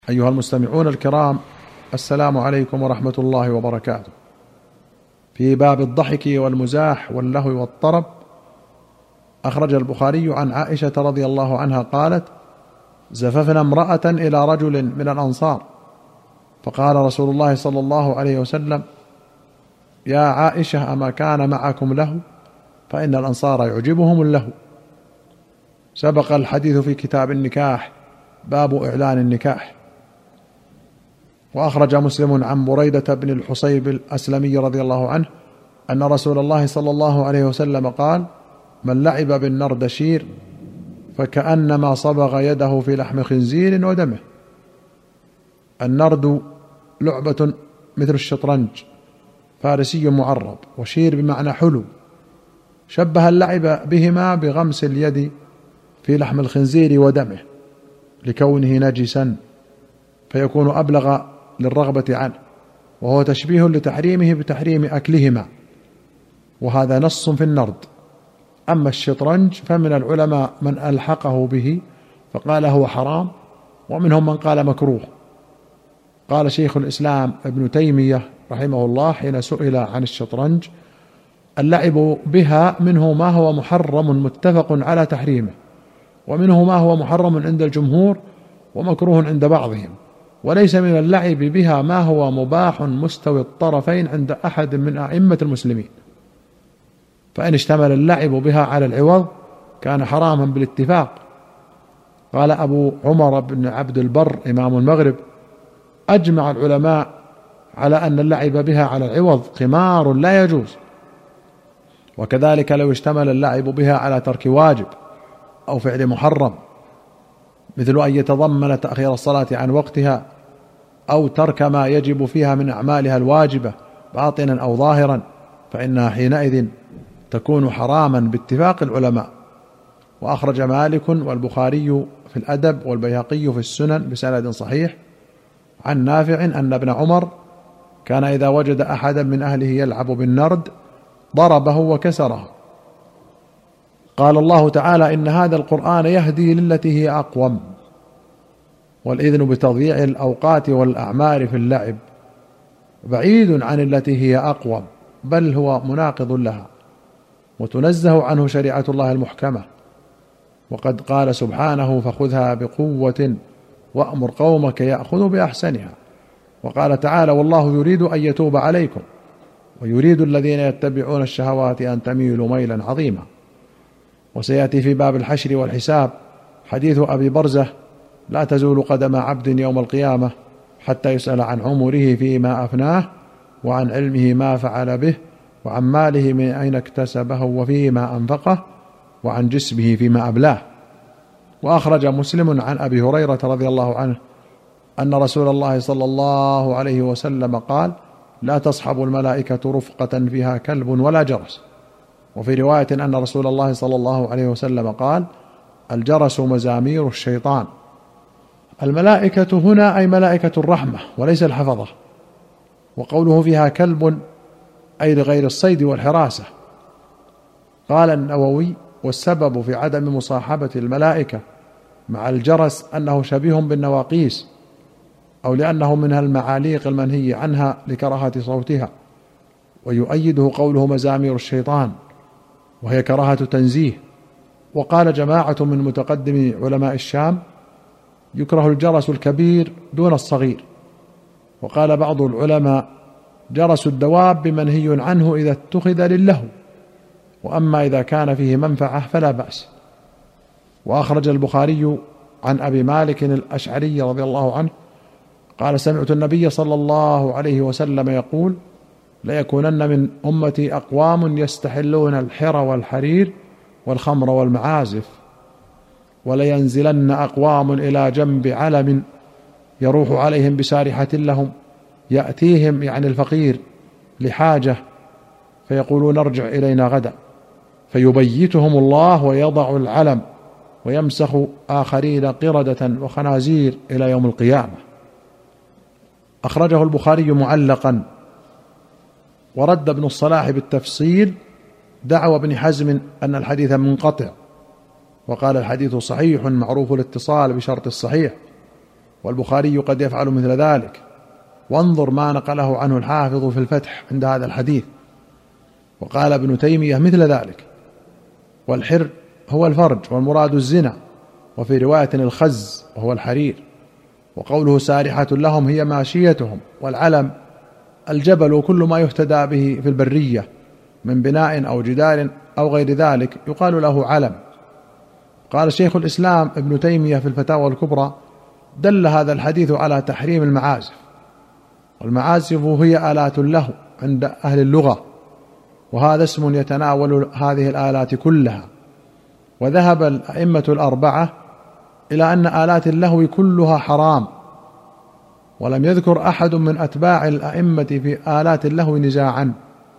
أيها المستمعون الكرام، السلام عليكم ورحمة الله وبركاته. في باب الضحك والمزاح واللهو والطرب، أخرج البخاري عن عائشة رضي الله عنها قالت: زففنا امرأة إلى رجل من الأنصار، فقال رسول الله صلى الله عليه وسلم: يا عائشة، أما كان معكم لهو؟ فإن الأنصار يعجبهم اللهو. سبق الحديث في كتاب النكاح، باب إعلان النكاح. وأخرج مسلم عن بريدة بن الحصيب الأسلمي رضي الله عنه أن رسول الله صلى الله عليه وسلم قال: من لعب بالنردشير فكأنما صبغ يده في لحم خنزير ودمه. النرد لعبة مثل الشطرنج، فارسي معرب، وشير بمعنى حلو. شبه اللعب بهما بغمس اليد في لحم الخنزير ودمه لكونه نجسا، فيكون أبلغ للرغبة عنه، وهو تشبيه لتحريمه بتحريم أكلهما، وهذا نص في النرد. أما الشطرنج فمن العلماء من ألحقه به فقال هو حرام، ومنهم من قال مكروه. قال شيخ الإسلام ابن تيمية رحمه الله حين سئل عن الشطرنج: اللعب بها منه ما هو محرم متفق على تحريمه، ومنه ما هو محرم عند الجمهور ومكروه عند بعضهم، وليس من اللعب بها ما هو مباح مستوي الطرفين عند أحد من أئمة المسلمين. فإن اشتمل اللعب بها على العوض كان حراما بالاتفاق. قال أبو عمر بن عبد البر إمام المغرب: أجمع العلماء على أن اللعب بها على العوض قمار لا يجوز. وكذلك لو اشتمل اللعب بها على ترك واجب أو فعل محرم، مثل أن يتضمن تأخير الصلاة عن وقتها أو ترك ما يجب فيها من أعمالها الواجبة باطنا أو ظاهرا، فإنها حينئذ تكون حراما باتفاق العلماء. وأخرج مالك والبخاري في الأدب والبيهقي في السنن بسند صحيح عن نافع أن ابن عمر كان إذا وجد أحدا من أهله يلعب بالنرد ضربه وكسره. قال الله تعالى: إن هذا القرآن يهدي للتي هي أقوم. والإذن بتضييع الأوقات والأعمار في اللعب بعيد عن التي هي أقوم، بل هو مناقض لها، وتنزه عنه شريعة الله المحكمة. وقد قال سبحانه: فخذها بقوة وأمر قومك يأخذوا بأحسنها. وقال تعالى: والله يريد أن يتوب عليكم ويريد الذين يتبعون الشهوات أن تميلوا ميلا عظيما. وسيأتي في باب الحشر والحساب حديث أبي برزة: لا تزول قدم عبد يوم القيامة حتى يسأل عن عمره فيما أفناه، وعن علمه ما فعل به، وعن ماله من أين اكتسبه وفيما أنفقه، وعن جسمه فيما أبلاه. وأخرج مسلم عن أبي هريرة رضي الله عنه أن رسول الله صلى الله عليه وسلم قال: لا تصحب الملائكة رفقة فيها كلب ولا جرس. وفي رواية أن رسول الله صلى الله عليه وسلم قال: الجرس مزامير الشيطان. الملائكة هنا أي ملائكة الرحمة وليس الحفظة. وقوله فيها كلب أي لغير الصيد والحراسة. قال النووي: والسبب في عدم مصاحبة الملائكة مع الجرس أنه شبيه بالنواقيس، أو لأنه منها المعاليق المنهي عنها لكراهة صوتها. ويؤيده قوله مزامير الشيطان، وهي كراهة تنزيه. وقال جماعة من متقدم علماء الشام: يكره الجرس الكبير دون الصغير. وقال بعض العلماء: جرس الدواب منهي عنه إذا اتخذ للهو، وأما إذا كان فيه منفعة فلا بأس. وأخرج البخاري عن أبي مالك الأشعري رضي الله عنه قال: سمعت النبي صلى الله عليه وسلم يقول: ليكونن من أمتي أقوام يستحلون الحر والحرير والخمر والمعازف، ولينزلن أقوام إلى جنب علم يروح عليهم بسارحة لهم، يأتيهم يعني الفقير لحاجة فيقولون: ارجع إلينا غدا، فيبيتهم الله ويضع العلم ويمسخ آخرين قردة وخنازير إلى يوم القيامة. أخرجه البخاري معلقا. ورد ابن الصلاح بالتفصيل دعوى ابن حزم أن الحديث منقطع، وقال: الحديث صحيح معروف الاتصال بشرط الصحيح. والبخاري قد يفعل مثل ذلك. وانظر ما نقله عنه الحافظ في الفتح عند هذا الحديث. وقال ابن تيمية مثل ذلك. والحر هو الفرج، والمراد الزنا، وفي رواية الخز وهو الحرير. وقوله سارحة لهم هي ماشيتهم. والعلم الجبل وكل ما يهتدى به في البرية من بناء أو جدار أو غير ذلك يقال له علم. قال شيخ الإسلام ابن تيمية في الفتاوى الكبرى: دل هذا الحديث على تحريم المعازف. والمعازف هي آلات له عند أهل اللغة، وهذا اسم يتناول هذه الآلات كلها. وذهب الأئمة الأربعة إلى أن آلات اللهو كلها حرام، ولم يذكر أحد من أتباع الأئمة في آلات اللهو نزاعا.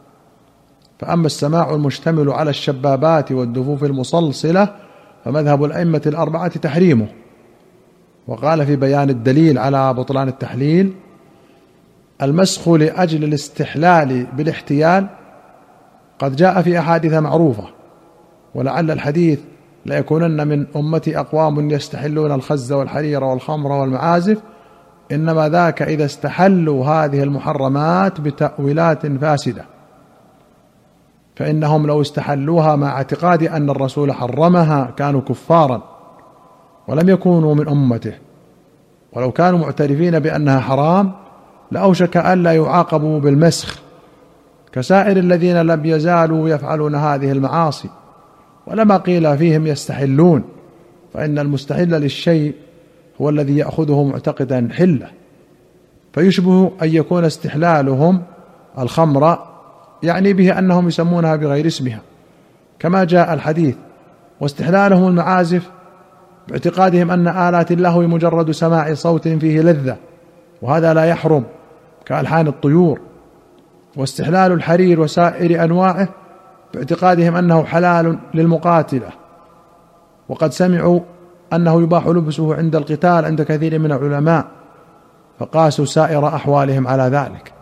فأما السماع المشتمل على الشبابات والدفوف المصلصلة فمذهب الأئمة الأربعة تحريمه. وقال في بيان الدليل على بطلان التحليل: المسخ لأجل الاستحلال بالاحتيال قد جاء في أحاديث معروفة، ولعل الحديث ليكونن من أمتي أقوام يستحلون الخز والحرير والخمر والمعازف، إنما ذاك إذا استحلوا هذه المحرمات بتأويلات فاسدة، فإنهم لو استحلوها مع اعتقاد أن الرسول حرمها كانوا كفارا ولم يكونوا من أمته، ولو كانوا معترفين بأنها حرام لأوشك أن لا يعاقبوا بالمسخ كسائر الذين لم يزالوا يفعلون هذه المعاصي، ولما قيل فيهم يستحلون، فإن المستحل للشيء هو الذي يأخذه معتقدا حله، فيشبه أن يكون استحلالهم الخمر يعني به أنهم يسمونها بغير اسمها كما جاء الحديث، واستحلالهم المعازف باعتقادهم أن آلات اللهو مجرد سماع صوت فيه لذة، وهذا لا يحرم كألحان الطيور. واستحلال الحرير وسائر أنواعه باعتقادهم أنه حلال للمقاتلة، وقد سمعوا أنه يباح لبسه عند القتال عند كثير من العلماء، فقاسوا سائر أحوالهم على ذلك.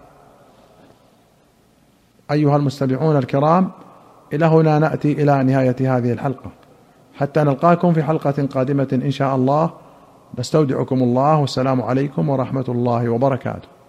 أيها المستمعون الكرام، إلى هنا نأتي إلى نهاية هذه الحلقة، حتى نلقاكم في حلقة قادمة إن شاء الله. نستودعكم الله، والسلام عليكم ورحمة الله وبركاته.